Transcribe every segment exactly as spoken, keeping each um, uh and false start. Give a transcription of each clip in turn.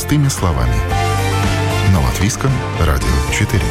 Простыми словами. На Латвийском радио четыре.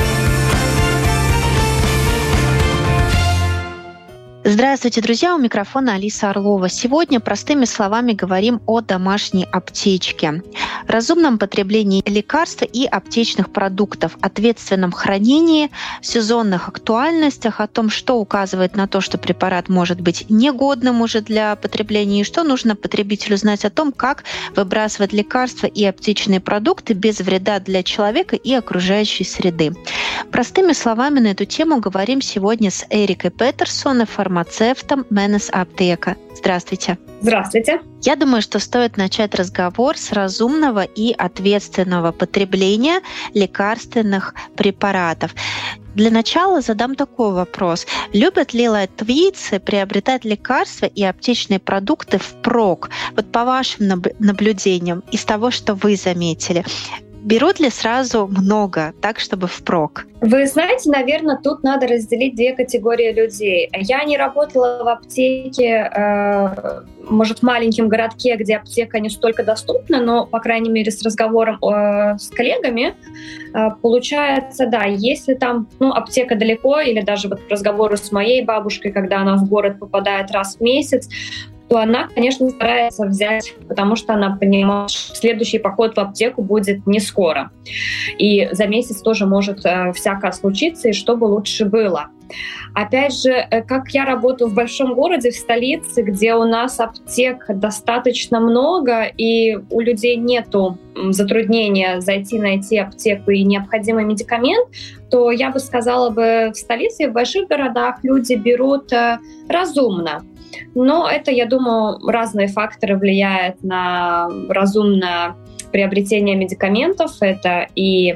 Здравствуйте, друзья! У микрофона Алиса Орлова. Сегодня простыми словами говорим о домашней аптечке, разумном потреблении лекарств и аптечных продуктов, ответственном хранении, сезонных актуальностях, о том, что указывает на то, что препарат может быть негодным уже для потребления, и что нужно потребителю знать о том, как выбрасывать лекарства и аптечные продукты без вреда для человека и окружающей среды. Простыми словами на эту тему говорим сегодня с Эрикой Петерсон, фармацевтом Менес Аптека. Здравствуйте. Здравствуйте. Я думаю, что стоит начать разговор с разумного и ответственного потребления лекарственных препаратов. Для начала задам такой вопрос. Любят ли латвийцы приобретать лекарства и аптечные продукты впрок? Вот по вашим наблюдениям, из того, что вы заметили, берут ли сразу много, так, чтобы впрок? Вы знаете, наверное, тут надо разделить две категории людей. Я не работала в аптеке, э, может, в маленьком городке, где аптека не столько доступна, но, по крайней мере, с разговором э, с коллегами, э, получается, да, если там ну, аптека далеко, или даже вот разговоры с моей бабушкой, когда она в город попадает раз в месяц, то она, конечно, старается взять, потому что она понимает, что следующий поход в аптеку будет не скоро. И за месяц тоже может э, всякое случиться, и чтобы лучше было. Опять же, э, как я работаю в большом городе, в столице, где у нас аптек достаточно много, и у людей нету затруднения зайти, найти аптеку и необходимый медикамент, то я бы сказала бы, в столице и в больших городах люди берут э, разумно. Но это, я думаю, разные факторы влияют на разумное приобретение медикаментов. Это и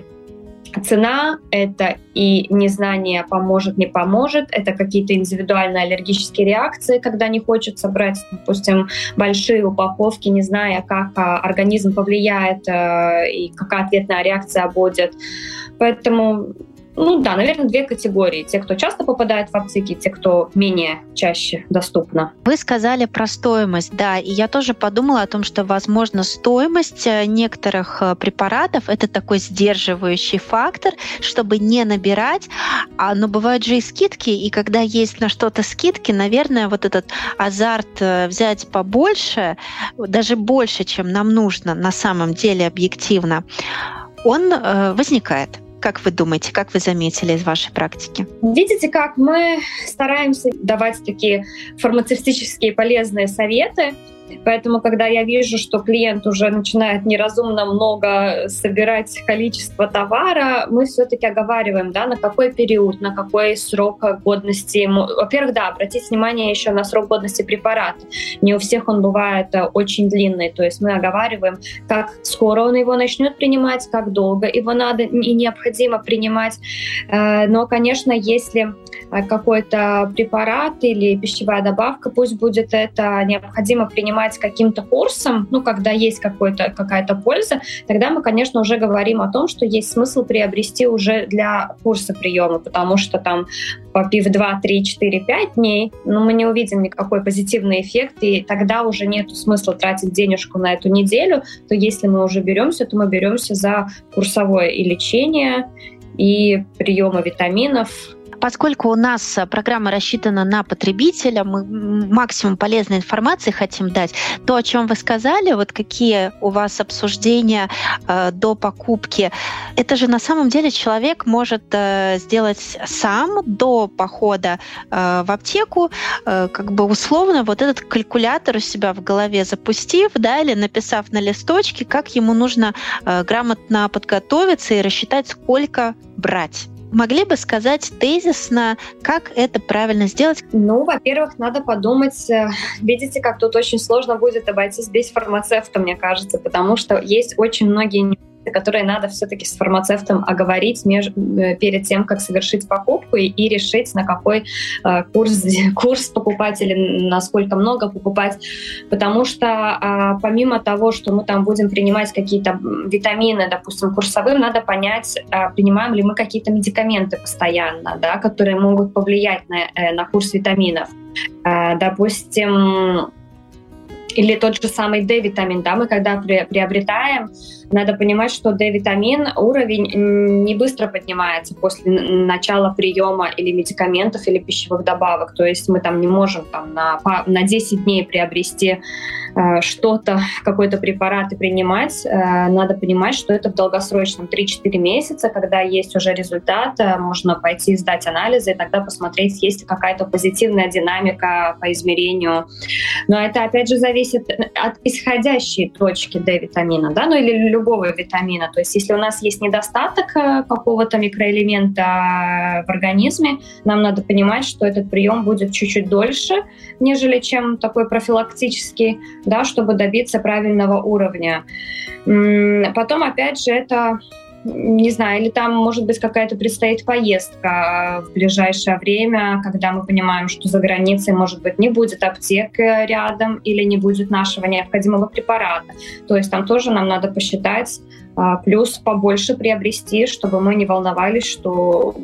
цена, это и незнание, поможет, не поможет, это какие-то индивидуальные аллергические реакции, когда не хочется брать, допустим, большие упаковки, не зная, как организм повлияет и какая ответная реакция будет. Поэтому... Ну да, наверное, две категории. Те, кто часто попадает в аптеки, те, кто менее чаще доступно. Вы сказали про стоимость, да, и я тоже подумала о том, что, возможно, стоимость некоторых препаратов — это такой сдерживающий фактор, чтобы не набирать. А, но бывают же и скидки, и когда есть на что-то скидки, наверное, вот этот азарт взять побольше, даже больше, чем нам нужно на самом деле объективно, он э, возникает. Как вы думаете, как вы заметили из вашей практики? Видите, как мы стараемся давать такие фармацевтические полезные советы. Поэтому, когда я вижу, что клиент уже начинает неразумно много собирать количество товара, мы все-таки оговариваем, да, на какой период, на какой срок годности. Во-первых, да, обратите внимание еще на срок годности препарата. Не у всех он бывает очень длинный, то есть мы оговариваем, как скоро он его начнет принимать, как долго его надо и необходимо принимать. Но, конечно, если какой-то препарат или пищевая добавка, пусть будет это необходимо принимать каким-то курсом, ну, когда есть какой-то, какая-то польза, тогда мы, конечно, уже говорим о том, что есть смысл приобрести уже для курса приема, потому что там, попив два, три, четыре, пять дней, ну, мы не увидим никакой позитивный эффект, и тогда уже нет смысла тратить денежку на эту неделю, то если мы уже беремся, то мы беремся за курсовое и лечение, и приема витаминов. Поскольку у нас программа рассчитана на потребителя, мы максимум полезной информации хотим дать. То, о чем вы сказали, вот какие у вас обсуждения э, до покупки, это же на самом деле человек может э, сделать сам до похода э, в аптеку, э, как бы условно вот этот калькулятор у себя в голове запустив, да, или написав на листочке, как ему нужно э, грамотно подготовиться и рассчитать, сколько брать. Могли бы сказать тезисно, как это правильно сделать? Ну, во-первых, надо подумать, видите, как тут очень сложно будет обойтись без фармацевта, мне кажется, потому что есть очень многие которые надо все-таки с фармацевтом оговорить меж, перед тем, как совершить покупку и, и решить, на какой э, курс, курс покупать или насколько много покупать. Потому что э, помимо того, что мы там будем принимать какие-то витамины, допустим, курсовым, надо понять, э, принимаем ли мы какие-то медикаменты постоянно, да, которые могут повлиять на, э, на курс витаминов. Э, допустим, или тот же самый D-витамин, да, мы когда при, приобретаем, Надо понимать, что D-витамин уровень не быстро поднимается после начала приема или медикаментов, или пищевых добавок. То есть мы там не можем там, на, на десять дней приобрести э, что-то, какой-то препарат и принимать. Э, надо понимать, что это в долгосрочном три-четыре месяца, когда есть уже результат, э, можно пойти сдать анализы и тогда посмотреть, есть ли какая-то позитивная динамика по измерению. Но это, опять же, зависит от исходящей точки D-витамина, да, ну или любого витамина. То есть если у нас есть недостаток какого-то микроэлемента в организме, нам надо понимать, что этот прием будет чуть-чуть дольше, нежели чем такой профилактический, да, чтобы добиться правильного уровня. Потом, опять же, это... не знаю, или там, может быть, какая-то предстоит поездка в ближайшее время, когда мы понимаем, что за границей, может быть, не будет аптек рядом или не будет нашего необходимого препарата. То есть там тоже нам надо посчитать, плюс побольше приобрести, чтобы мы не волновались, что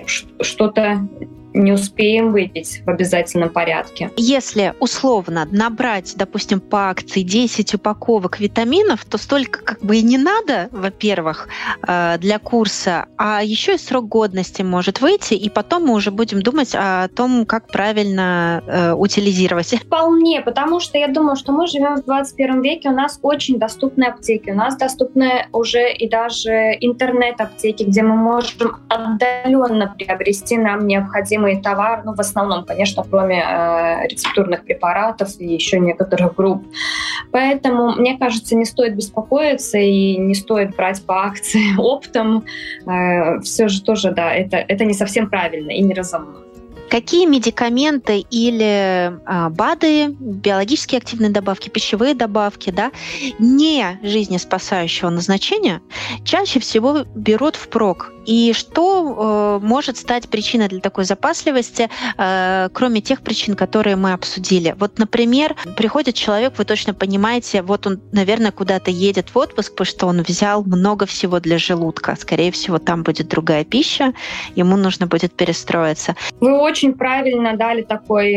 что-то не успеем выпить в обязательном порядке. Если условно набрать, допустим, по акции десять упаковок витаминов, то столько как бы и не надо, во-первых, для курса, а еще и срок годности может выйти, и потом мы уже будем думать о том, как правильно утилизировать. Вполне, потому что я думаю, что мы живем в двадцать первом веке, у нас очень доступны аптеки, у нас доступны уже и даже интернет-аптеки, где мы можем отдаленно приобрести нам необходимые товар, ну, в основном, конечно, кроме э, рецептурных препаратов и еще некоторых групп. Поэтому, мне кажется, не стоит беспокоиться и не стоит брать по акции оптом. Э, все же тоже, да, это, это не совсем правильно и неразумно. Какие медикаменты или а, БАДы, биологически активные добавки, пищевые добавки, да, не жизнеспасающего назначения чаще всего берут впрок? И что э, может стать причиной для такой запасливости, э, кроме тех причин, которые мы обсудили? Вот, например, приходит человек, вы точно понимаете, вот он, наверное, куда-то едет в отпуск, потому что он взял много всего для желудка. Скорее всего, там будет другая пища, ему нужно будет перестроиться. Вы очень правильно дали такой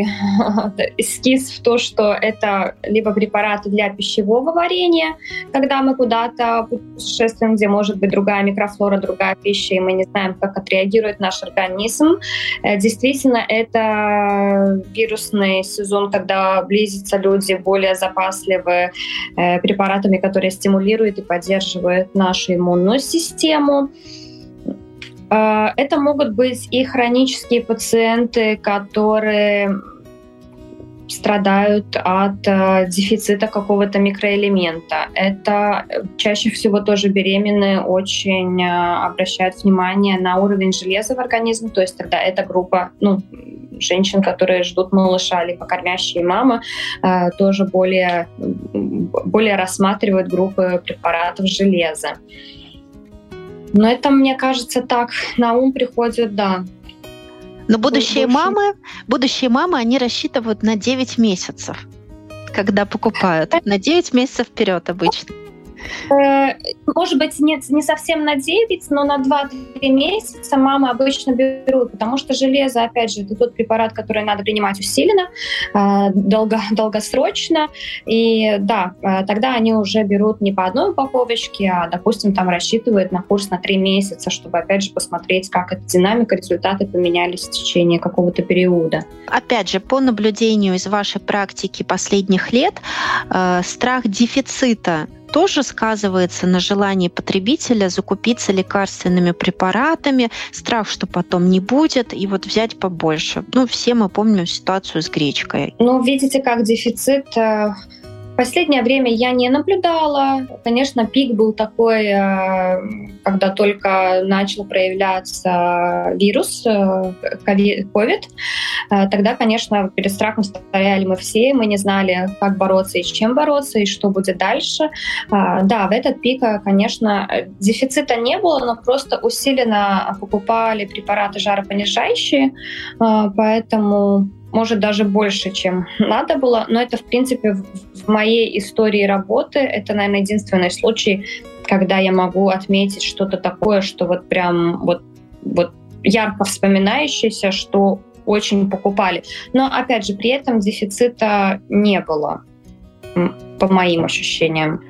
эскиз в то, что это либо препараты для пищевого варения, когда мы куда-то путешествуем, где может быть другая микрофлора, другая пища, и мы не знаем, как отреагирует наш организм. Действительно, это вирусный сезон, когда близятся люди более запасливы препаратами, которые стимулируют и поддерживают нашу иммунную систему. Это могут быть и хронические пациенты, которые страдают от э, дефицита какого-то микроэлемента. Это чаще всего тоже беременные очень э, обращают внимание на уровень железа в организме, то есть тогда эта группа, ну, женщин, которые ждут малыша, либо кормящие мамы, э, тоже более, более рассматривают группы препаратов железа. Но это, мне кажется, так на ум приходит, да. Но будущие мамы, будущие мамы, они рассчитывают на девять месяцев, когда покупают. На девять месяцев вперед обычно. Может быть, нет, не совсем на девять, но на два-три месяца мамы обычно берут, потому что железо, опять же, это тот препарат, который надо принимать усиленно, долго, долгосрочно. И да, тогда они уже берут не по одной упаковочке, а, допустим, там рассчитывают на курс на три месяца, чтобы, опять же, посмотреть, как эта динамика, результаты поменялись в течение какого-то периода. Опять же, по наблюдению из вашей практики последних лет, страх дефицита тоже сказывается на желании потребителя закупиться лекарственными препаратами, страх, что потом не будет, и вот взять побольше. Ну, все мы помним ситуацию с гречкой. Ну, видите, как дефицит... В последнее время я не наблюдала. Конечно, пик был такой, когда только начал проявляться вирус, ковид. Тогда, конечно, перед страхом стояли мы все, мы не знали, как бороться и с чем бороться, и что будет дальше. Да, в этот пик, конечно, дефицита не было, но просто усиленно покупали препараты жаропонижающие, поэтому... может, даже больше, чем надо было. Но это, в принципе, в моей истории работы, это, наверное, единственный случай, когда я могу отметить что-то такое, что вот прям вот, вот ярко вспоминающееся, что очень покупали. Но, опять же, при этом дефицита не было, по моим ощущениям.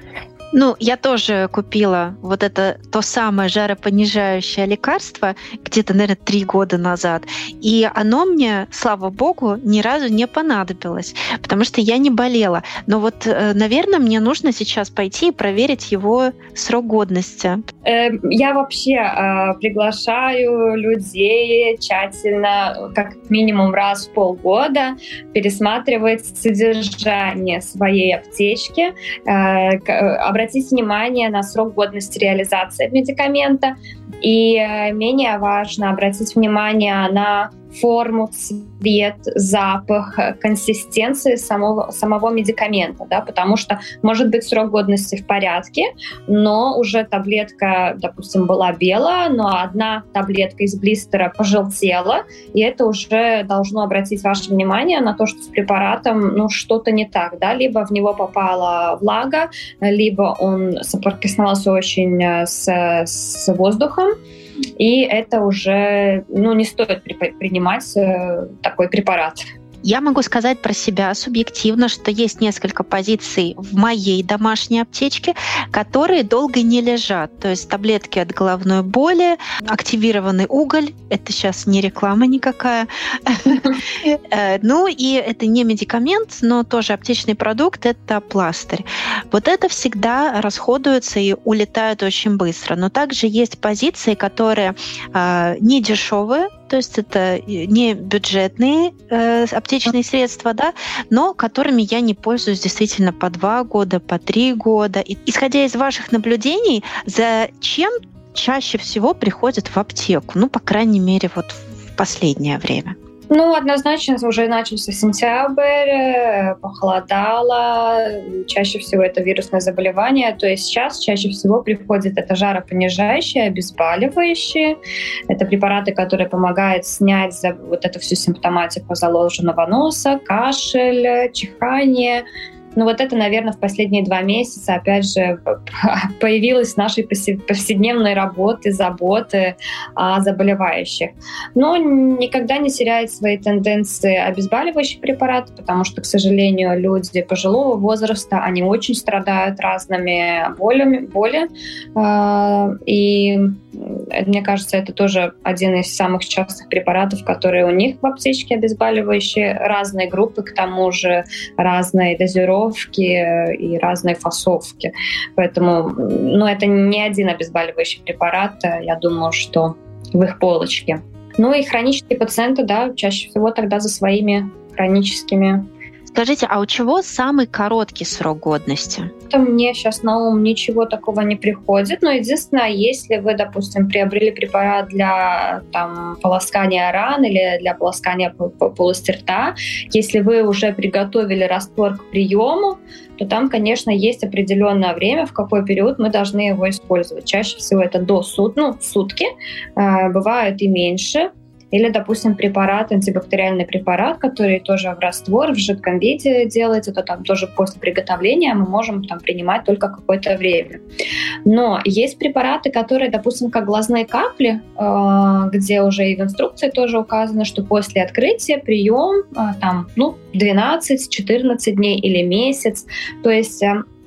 Ну, я тоже купила вот это то самое жаропонижающее лекарство где-то, наверное, три года назад. И оно мне, слава богу, ни разу не понадобилось, потому что я не болела. Но вот, наверное, мне нужно сейчас пойти и проверить его срок годности. Я вообще приглашаю людей тщательно, как минимум раз в полгода, пересматривать содержание своей аптечки, обратить внимание на срок годности реализации медикамента и, менее важно, обратить внимание на форму, цвет, запах, консистенции самого, самого медикамента, да, потому что может быть срок годности в порядке, но уже таблетка, допустим, была белая, но одна таблетка из блистера пожелтела, и это уже должно обратить ваше внимание на то, что с препаратом ну, что-то не так, да, либо в него попала влага, либо он соприкоснулся очень с, с воздухом, и это уже ну, не стоит принимать э, такой препарат. Я могу сказать про себя субъективно, что есть несколько позиций в моей домашней аптечке, которые долго не лежат. То есть таблетки от головной боли, активированный уголь, это сейчас не реклама никакая. Ну и это не медикамент, но тоже аптечный продукт, это пластырь. Вот это всегда расходуется и улетают очень быстро. Но также есть позиции, которые не дешевые, то есть это не бюджетные э, аптечные средства, да, но которыми я не пользуюсь действительно по два года, по три года. И, исходя из ваших наблюдений, зачем чаще всего приходят в аптеку? Ну, по крайней мере, вот в последнее время. Ну, однозначно, уже начался сентябрь, похолодало, чаще всего это вирусное заболевание, то есть сейчас чаще всего приходит это жаропонижающие, обезболивающие, это препараты, которые помогают снять вот эту всю симптоматику заложенного носа, кашель, чихание. Ну вот это, наверное, в последние два месяца, опять же, появилось в нашей повседневной работе, заботы о заболевающих. Но никогда не теряет свои тенденции обезболивающие препараты, потому что, к сожалению, люди пожилого возраста, они очень страдают разными болями, боли. И мне кажется, это тоже один из самых частых препаратов, которые у них в аптечке обезболивающие, разные группы, к тому же разные дозировки и разные фасовки. Поэтому ну, это не один обезболивающий препарат, я думаю, что в их полочке. Ну и хронические пациенты, да, чаще всего тогда за своими хроническими. Скажите, а у чего самый короткий срок годности? Мне сейчас на ум ничего такого не приходит, но единственное, если вы, допустим, приобрели препарат для там, полоскания ран или для полоскания полости рта, если вы уже приготовили раствор к приему, то там, конечно, есть определенное время, в какой период мы должны его использовать. Чаще всего это до сут, ну, сутки, бывают и меньше. Или, допустим, препарат, антибактериальный препарат, который тоже в раствор, в жидком виде делается, то там тоже после приготовления мы можем там принимать только какое-то время. Но есть препараты, которые, допустим, как глазные капли, где уже и в инструкции тоже указано, что после открытия прием там, ну, двенадцать-четырнадцать дней или месяц. То есть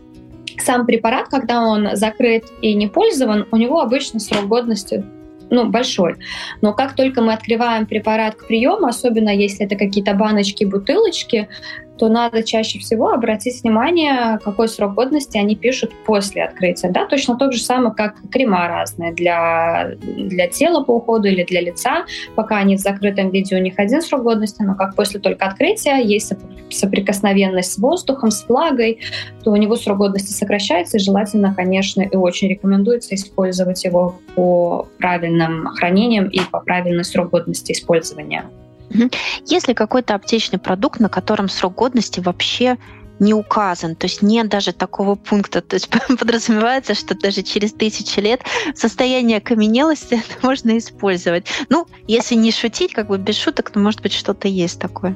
сам препарат, когда он закрыт и не пользован, у него обычно срок годности ну, большой. Но как только мы открываем препарат к приему, особенно если это какие-то баночки, бутылочки, то надо чаще всего обратить внимание, какой срок годности они пишут после открытия. Да? Точно так же самое, как крема разные для, для тела по уходу или для лица. Пока они в закрытом виде, у них один срок годности, но как после только открытия есть соприкосновенность с воздухом, с влагой, то у него срок годности сокращается, и желательно, конечно, и очень рекомендуется использовать его по правильным хранениям и по правильной срок годности использования. Есть ли какой-то аптечный продукт, на котором срок годности вообще не указан, то есть нет даже такого пункта, то есть подразумевается, что даже через тысячи лет состояние окаменелости это можно использовать. Ну, если не шутить, как бы без шуток, то может быть что-то есть такое.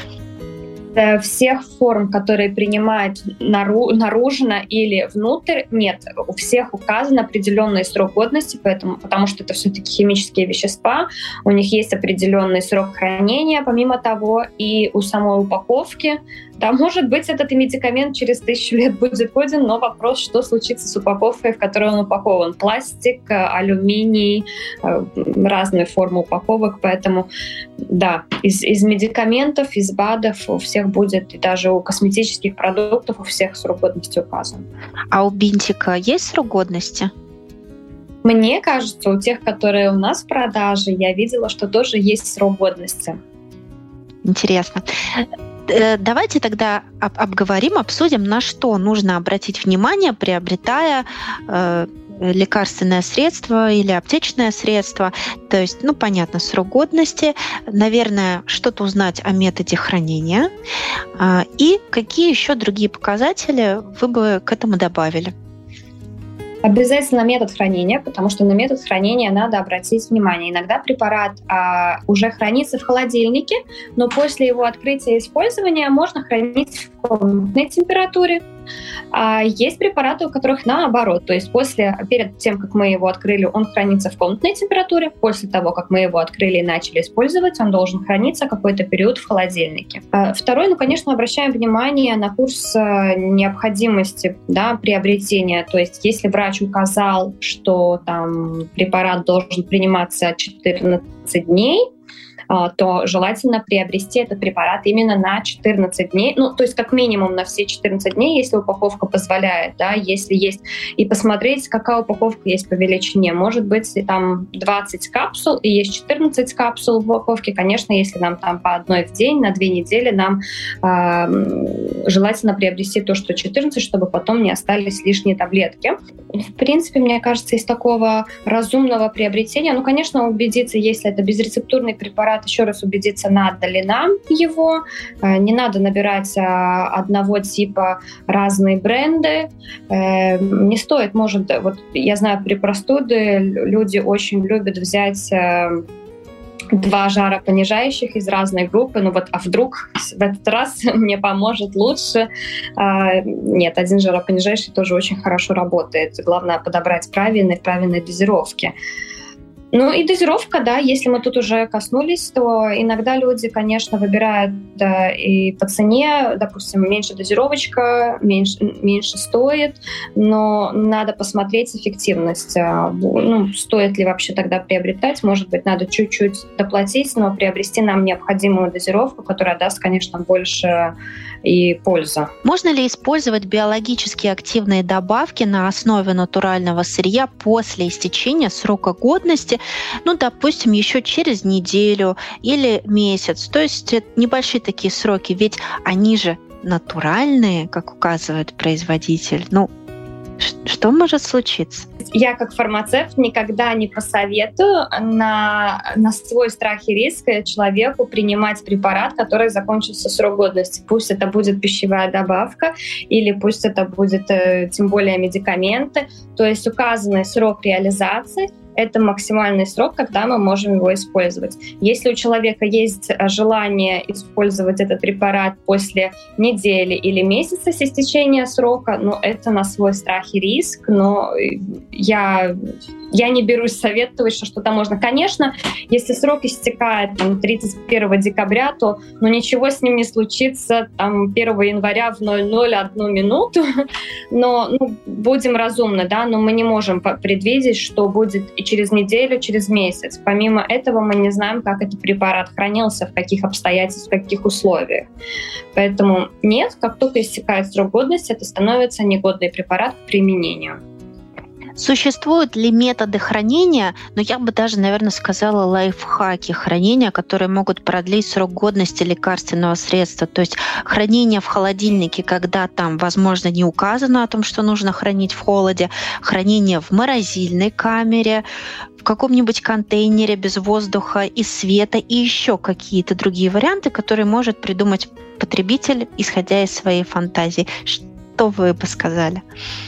Всех форм, которые принимают нару- наружно или внутрь, нет. У всех указан определенный срок годности, поэтому, потому что это все-таки химические вещества, у них есть определенный срок хранения, помимо того, и у самой упаковки Да, может быть, этот медикамент через тысячу лет будет годен, но вопрос, что случится с упаковкой, в которой он упакован. Пластик, алюминий, разные формы упаковок. Поэтому, да, из, из медикаментов, из БАДов у всех будет, и даже у косметических продуктов у всех срок годности указан. А у бинтика есть срок годности? Мне кажется, у тех, которые у нас в продаже, я видела, что тоже есть срок годности. Интересно. Давайте тогда обговорим, обсудим, на что нужно обратить внимание, приобретая э, лекарственное средство или аптечное средство. То есть, ну, понятно, срок годности, наверное, что-то узнать о методе хранения. Э, и какие еще другие показатели вы бы к этому добавили? Обязательно метод хранения, потому что на метод хранения надо обратить внимание. Иногда препарат а, уже хранится в холодильнике, но после его открытия и использования можно хранить в комнатной температуре. А есть препараты, у которых наоборот, то есть после, перед тем, как мы его открыли, он хранится в комнатной температуре, после того, как мы его открыли и начали использовать, он должен храниться какой-то период в холодильнике. А второй, ну, конечно, обращаем внимание на курс необходимости, да, приобретения, то есть если врач указал, что там препарат должен приниматься четырнадцать дней, то желательно приобрести этот препарат именно на четырнадцать дней, ну, то есть как минимум на все четырнадцать дней, если упаковка позволяет, да, если есть, и посмотреть, какая упаковка есть по величине. Может быть, там двадцать капсул и есть четырнадцать капсул в упаковке, конечно, если нам там по одной в день, на две недели, нам э, желательно приобрести то, что четырнадцать, чтобы потом не остались лишние таблетки. В принципе, мне кажется, из такого разумного приобретения, ну, конечно, убедиться, если это безрецептурный препарат, еще раз убедиться, надо ли нам его. Не надо набирать одного типа разные бренды. Не стоит, может, вот я знаю, при простуде люди очень любят взять два жаропонижающих из разной группы, ну вот, а вдруг в этот раз мне поможет лучше? А, нет, один жаропонижающий тоже очень хорошо работает. Главное подобрать правильные, правильные дозировки. Ну и дозировка, да, если мы тут уже коснулись, то иногда люди, конечно, выбирают, да, и по цене, допустим, меньше дозировочка, меньше, меньше стоит, но надо посмотреть эффективность. Ну, стоит ли вообще тогда приобретать, может быть, надо чуть-чуть доплатить, но приобрести нам необходимую дозировку, которая даст, конечно, больше и пользы. Можно ли использовать биологически активные добавки на основе натурального сырья после истечения срока годности, ну, допустим, еще через неделю или месяц? То есть небольшие такие сроки, ведь они же натуральные, как указывает производитель. Ну, что может случиться? Я как фармацевт никогда не посоветую на, на свой страх и риск человеку принимать препарат, который закончится срок годности. Пусть это будет пищевая добавка или пусть это будет тем более медикаменты. То есть указанный срок реализации — это максимальный срок, когда мы можем его использовать. Если у человека есть желание использовать этот препарат после недели или месяца с истечения срока, ну, это на свой страх и риск, но я, я не берусь советовать, что что-то можно. Конечно, если срок истекает там, тридцать первого декабря, то ну, ничего с ним не случится там, первого января в ноль ноль одну минуту, но ну, будем разумны, да, но мы не можем предвидеть, что будет и через неделю, через месяц. Помимо этого мы не знаем, как этот препарат хранился, в каких обстоятельствах, в каких условиях. Поэтому нет, как только истекает срок годности, это становится негодный препарат к применению. Существуют ли методы хранения, но я бы даже, наверное, сказала, лайфхаки хранения, которые могут продлить срок годности лекарственного средства? То есть хранение в холодильнике, когда там, возможно, не указано о том, что нужно хранить в холоде, хранение в морозильной камере, в каком-нибудь контейнере без воздуха и света, и еще какие-то другие варианты, которые может придумать потребитель, исходя из своей фантазии. Что вы бы сказали?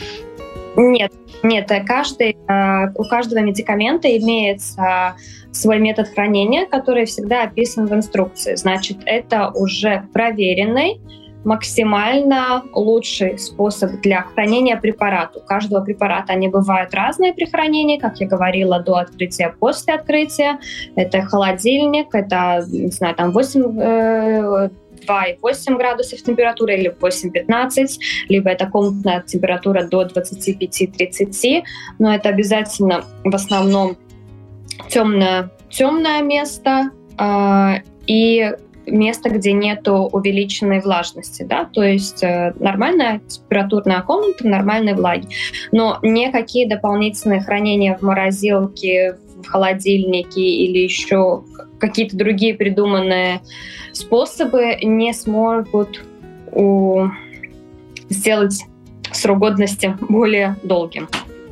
Нет. Нет, каждый, у каждого медикамента имеется свой метод хранения, который всегда описан в инструкции. Значит, это уже проверенный, максимально лучший способ для хранения препарата. У каждого препарата они бывают разные при хранении, как я говорила, до открытия, после открытия. Это холодильник, это, не знаю, там восемь два и восемь градусов температуры или восемь-пятнадцать, либо это комнатная температура до двадцать пять - тридцать, но это обязательно в основном темное, темное место э, и место, где нету увеличенной влажности, да, то есть э, нормальная температурная комната, нормальной влаги, но никакие дополнительные хранения в морозилке, в холодильнике или еще какие-то другие придуманные способы не смогут у... сделать срок годности более долгим.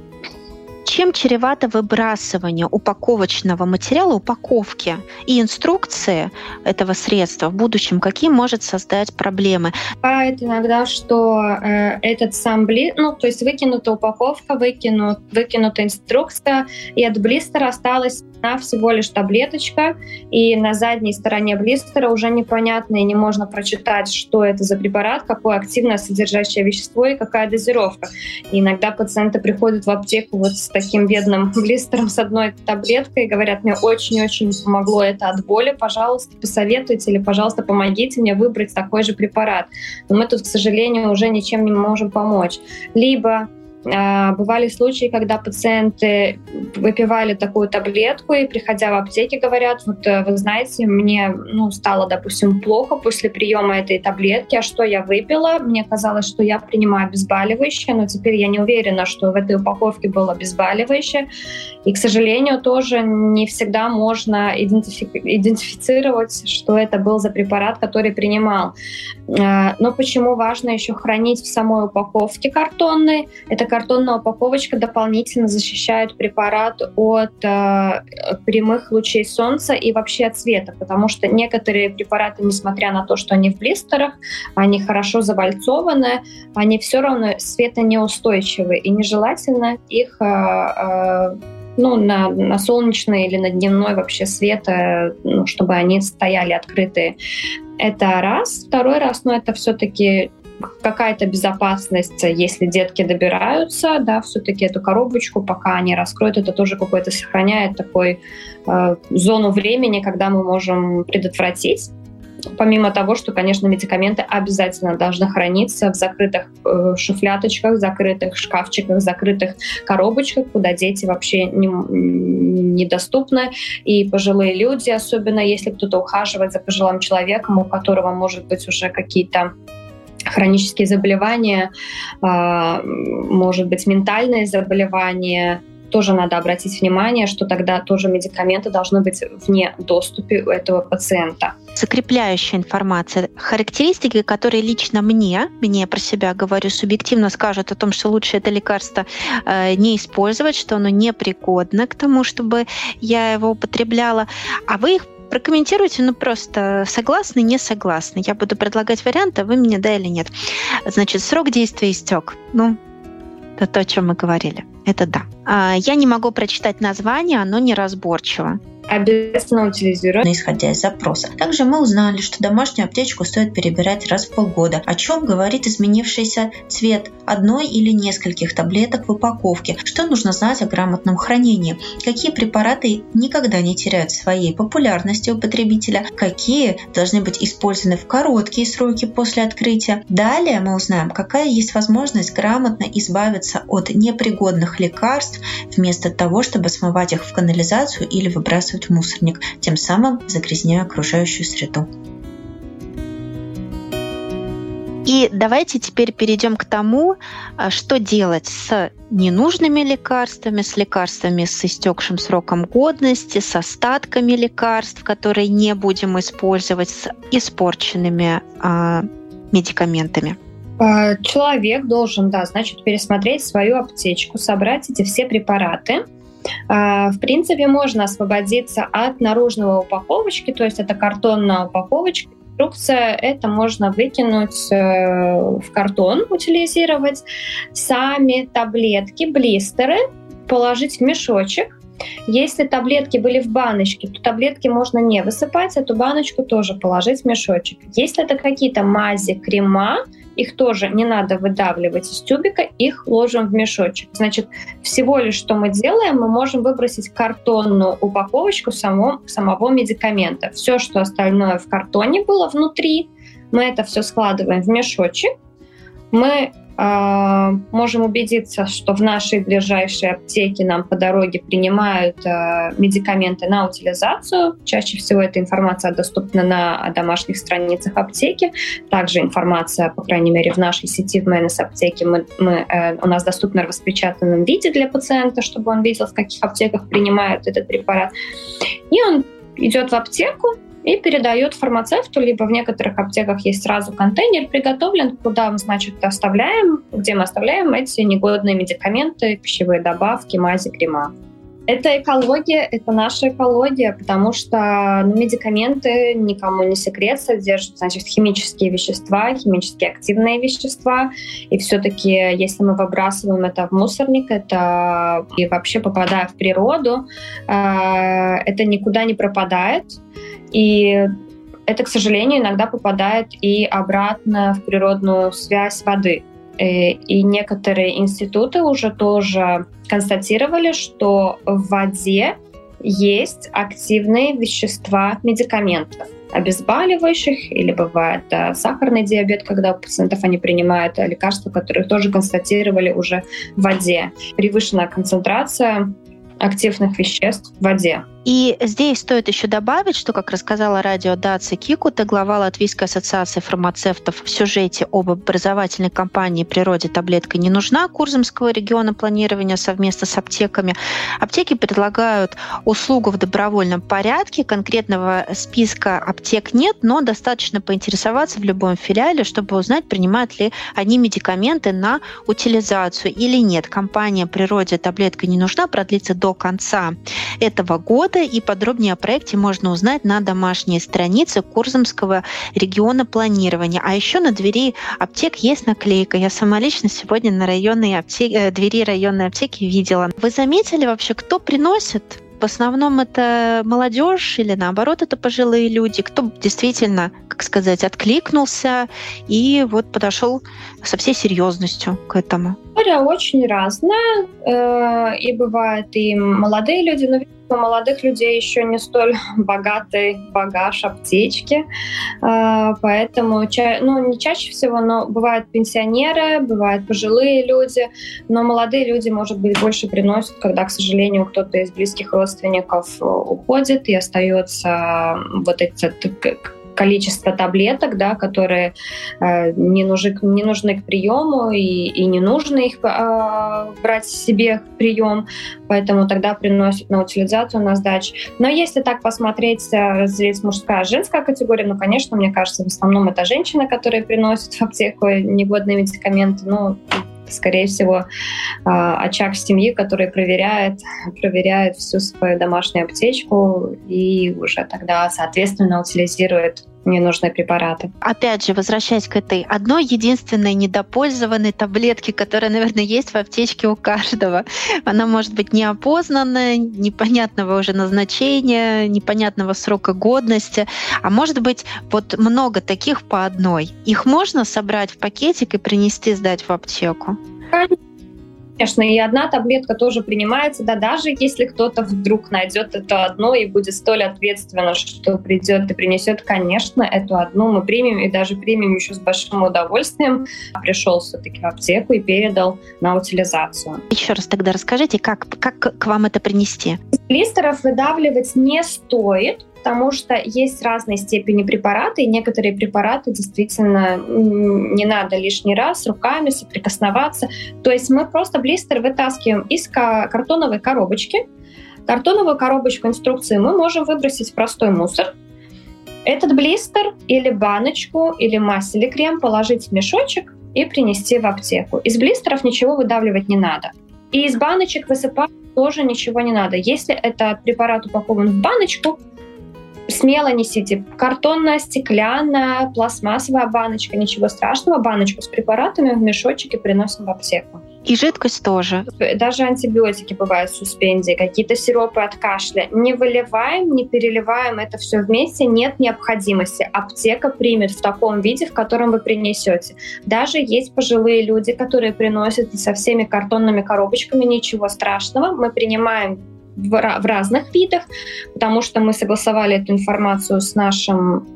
Чем чревато выбрасывание упаковочного материала, упаковки и инструкции этого средства в будущем, какие может создать проблемы? Бывает иногда, что э, этот сам блистер, ну, то есть выкинута упаковка, выкинут, выкинута инструкция, и от блистера осталась на всего лишь таблеточка, и на задней стороне блистера уже непонятно и не можно прочитать, что это за препарат, какое активное содержащее вещество и какая дозировка. И иногда пациенты приходят в аптеку вот с таким бедным блистером с одной таблеткой и говорят: мне очень-очень помогло это от боли, пожалуйста, посоветуйте или, пожалуйста, помогите мне выбрать такой же препарат. Но мы тут, к сожалению, уже ничем не можем помочь. Либо бывали случаи, когда пациенты выпивали такую таблетку и, приходя в аптеке, говорят: вот вы знаете, мне ну, стало, допустим, плохо после приема этой таблетки, а что я выпила? Мне казалось, что я принимаю обезболивающее, но теперь я не уверена, что в этой упаковке было обезболивающее. И, к сожалению, тоже не всегда можно идентифи- идентифицировать, что это был за препарат, который принимал. Но почему важно еще хранить в самой упаковке картонной? Эта картонная упаковочка дополнительно защищает препарат от э, прямых лучей солнца и вообще от света, потому что некоторые препараты, несмотря на то, что они в блистерах, они хорошо завальцованы, они все равно светонеустойчивы, и нежелательно их э, э, ну, на, на солнечный или на дневной вообще свет, э, ну, чтобы они стояли открытые. Это раз. Второй раз, ну, это все-таки какая-то безопасность, если детки добираются, да, все-таки эту коробочку, пока они раскроют, это тоже какой-то сохраняет такой э, зону времени, когда мы можем предотвратить. Помимо того, что, конечно, медикаменты обязательно должны храниться в закрытых э, шуфляточках, закрытых шкафчиках, закрытых коробочках, куда дети вообще не, недоступны. И пожилые люди, особенно если кто-то ухаживает за пожилым человеком, у которого, может быть, уже какие-то хронические заболевания, э, может быть, ментальные заболевания, тоже надо обратить внимание, что тогда тоже медикаменты должны быть вне доступа у этого пациента. Закрепляющая информация. Характеристики, которые лично мне, мне про себя говорю, субъективно скажут о том, что лучше это лекарство э, не использовать, что оно непригодно к тому, чтобы я его употребляла. А вы их прокомментируйте, ну просто согласны, не согласны. Я буду предлагать варианты, а вы мне да или нет. Значит, срок действия истек. Ну, это то, о чем мы говорили. Это да. А, я не могу прочитать название, оно неразборчиво. Обязательно утилизируем, исходя из запроса. Также мы узнали, что домашнюю аптечку стоит перебирать раз в полгода, о чем говорит изменившийся цвет одной или нескольких таблеток в упаковке. Что нужно знать о грамотном хранении? Какие препараты никогда не теряют своей популярности у потребителя? Какие должны быть использованы в короткие сроки после открытия? Далее мы узнаем, какая есть возможность грамотно избавиться от непригодных лекарств вместо того, чтобы смывать их в канализацию или выбрасывать в мусорник, тем самым загрязняя окружающую среду. И давайте теперь перейдем к тому, что делать с ненужными лекарствами, с лекарствами с истекшим сроком годности, с остатками лекарств, которые не будем использовать, с испорченными э, медикаментами. Человек должен, да, значит, пересмотреть свою аптечку, собрать эти все препараты. В принципе, можно освободиться от наружного упаковочки, то есть это картонная упаковочка. Инструкция, это можно выкинуть в картон, утилизировать. Сами таблетки, блистеры положить в мешочек. Если таблетки были в баночке, то таблетки можно не высыпать, эту баночку тоже положить в мешочек. Если это какие-то мази, крема, их тоже не надо выдавливать из тюбика, их ложим в мешочек. Значит, всего лишь, что мы делаем, мы можем выбросить картонную упаковочку самого, самого медикамента. Все, что остальное в картоне было внутри, Мы это все складываем в мешочек. Мы э, можем убедиться, что в нашей ближайшей аптеке нам по дороге принимают э, медикаменты на утилизацию. Чаще всего эта информация доступна на домашних страницах аптеки. Также информация, по крайней мере, в нашей сети, в МНС аптеке, мы, мы, э, у нас доступна в распечатанном виде для пациента, чтобы он видел, в каких аптеках принимают этот препарат. И он идет в аптеку и передает фармацевту, либо в некоторых аптеках есть сразу контейнер приготовлен, куда мы, значит, оставляем, где мы оставляем эти негодные медикаменты, пищевые добавки, мази, крема. Это экология, это наша экология, потому что ну, медикаменты, никому не секрет, содержат, значит, химические вещества, химически активные вещества. И все-таки, если мы выбрасываем это в мусорник, это и вообще попадая в природу, э, это никуда не пропадает. И это, к сожалению, иногда попадает и обратно в природную связь воды. И некоторые институты уже тоже констатировали, что в воде есть активные вещества медикаментов, обезболивающих, или бывает сахарный диабет, когда у пациентов они принимают лекарства, которые тоже констатировали уже в воде. Превышенная концентрация активных веществ в воде. И здесь стоит еще добавить, что, как рассказала радио Даци Кикута, глава Латвийской ассоциации фармацевтов в сюжете об образовательной кампании «Природе таблетка не нужна» Курзамского региона планирования совместно с аптеками. Аптеки предлагают услугу в добровольном порядке. Конкретного списка аптек нет, но достаточно поинтересоваться в любом филиале, чтобы узнать, принимают ли они медикаменты на утилизацию или нет. Кампания «Природе таблетка не нужна» продлится до конца этого года, и подробнее о проекте можно узнать на домашней странице Курзамского региона планирования. А еще на двери аптек есть наклейка. Я сама лично сегодня на районной аптеке, двери районной аптеки видела. Вы заметили вообще, кто приносит? В основном это молодежь или наоборот это пожилые люди? Кто действительно, как сказать, откликнулся и вот подошел со всей серьезностью к этому? История очень разная. И бывают и молодые люди, но у молодых людей еще не столь богатый багаж аптечки, поэтому ну, не чаще всего, но бывают пенсионеры, бывают пожилые люди, но молодые люди, может быть, больше приносят, когда, к сожалению, кто-то из близких родственников уходит и остается вот это количество таблеток, да, которые э, не, нужны, не нужны к приему и, и не нужно их э, брать себе в прием, поэтому тогда приносят на утилизацию, на сдачу. Но если так посмотреть, разделить мужская и женская категория, ну, конечно, мне кажется, в основном это женщины, которые приносят в аптеку негодные медикаменты, ну, скорее всего, очаг семьи, который проверяет, проверяет всю свою домашнюю аптечку и уже тогда, соответственно, утилизирует ненужные препараты. Опять же, возвращаясь к этой одной единственной недопользованной таблетке, которая, наверное, есть в аптечке у каждого. Она может быть неопознанная, непонятного уже назначения, непонятного срока годности, а может быть вот много таких по одной. Их можно собрать в пакетик и принести сдать в аптеку? Конечно, и одна таблетка тоже принимается, да, даже если кто-то вдруг найдет это одно и будет столь ответственно, что придет и принесет, конечно, эту одну мы примем, и даже примем еще с большим удовольствием. Пришел все-таки в аптеку и передал на утилизацию. Еще раз тогда расскажите, как, как к вам это принести? Из блистеров выдавливать не стоит, потому что есть разные степени препарата, и некоторые препараты действительно не надо лишний раз руками соприкосноваться. То есть мы просто блистер вытаскиваем из картоновой коробочки. Картоновую коробочку инструкции мы можем выбросить в простой мусор. Этот блистер или баночку, или мазь, или крем положить в мешочек и принести в аптеку. Из блистеров ничего выдавливать не надо. И из баночек высыпать тоже ничего не надо. Если этот препарат упакован в баночку, смело несите. Картонная, стеклянная, пластмассовая баночка, ничего страшного. Баночку с препаратами в мешочке приносим в аптеку. И жидкость тоже. Даже антибиотики бывают в суспензии, какие-то сиропы от кашля. Не выливаем, не переливаем это все вместе, нет необходимости. Аптека примет в таком виде, в котором вы принесете. Даже есть пожилые люди, которые приносят со всеми картонными коробочками, ничего страшного. Мы принимаем в разных видах, потому что мы согласовали эту информацию с нашим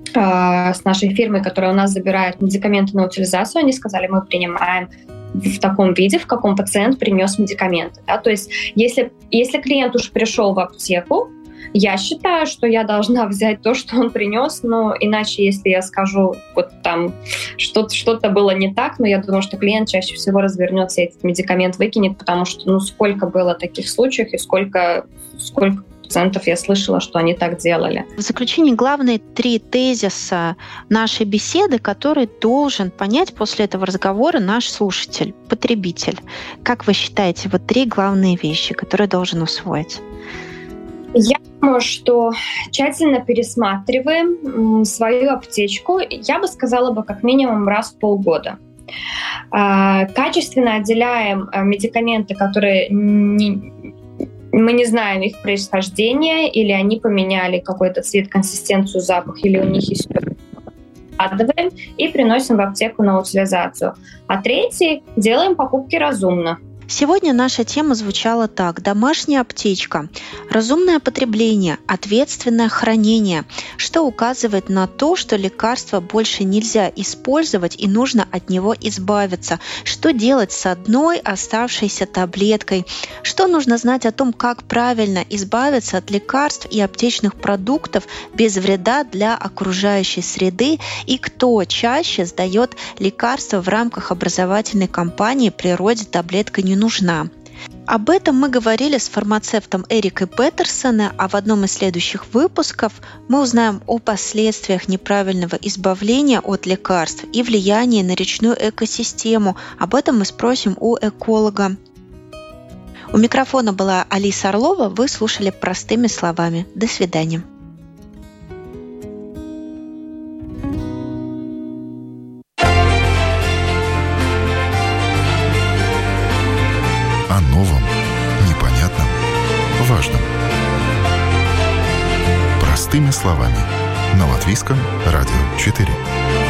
с нашей фирмой, которая у нас забирает медикаменты на утилизацию, они сказали, мы принимаем в таком виде, в каком пациент принес медикаменты. Да? То есть если, если клиент уж пришел в аптеку, я считаю, что я должна взять то, что он принес, но иначе, если я скажу, вот там что-то, что-то было не так, но я думаю, что клиент чаще всего развернется и этот медикамент выкинет, потому что ну сколько было таких случаев и сколько, сколько пациентов я слышала, что они так делали. В заключение главные три тезиса нашей беседы, которые должен понять после этого разговора наш слушатель, потребитель. Как вы считаете, вот три главные вещи, которые должен усвоить? Я думаю, что тщательно пересматриваем свою аптечку, я бы сказала бы как минимум раз в полгода. Качественно отделяем медикаменты, которые не, мы не знаем их происхождение, или они поменяли какой-то цвет, консистенцию, запах, или у них есть откладываем и приносим в аптеку на утилизацию. А третий – делаем покупки разумно. Сегодня наша тема звучала так. Домашняя аптечка. Разумное потребление, ответственное хранение, что указывает на то, что лекарство больше нельзя использовать и нужно от него избавиться. Что делать с одной оставшейся таблеткой? Что нужно знать о том, как правильно избавиться от лекарств и аптечных продуктов без вреда для окружающей среды? И кто чаще сдает лекарства в рамках образовательной кампании «Природе таблетка не нужна». Об этом мы говорили с фармацевтом Эрикой Петерсоне, а в одном из следующих выпусков мы узнаем о последствиях неправильного избавления от лекарств и влиянии на речную экосистему. Об этом мы спросим у эколога. У микрофона была Алиса Орлова, вы слушали «Простыми словами». До свидания. О новом, непонятном, важном. Простыми словами. На Латвийском радио четыре.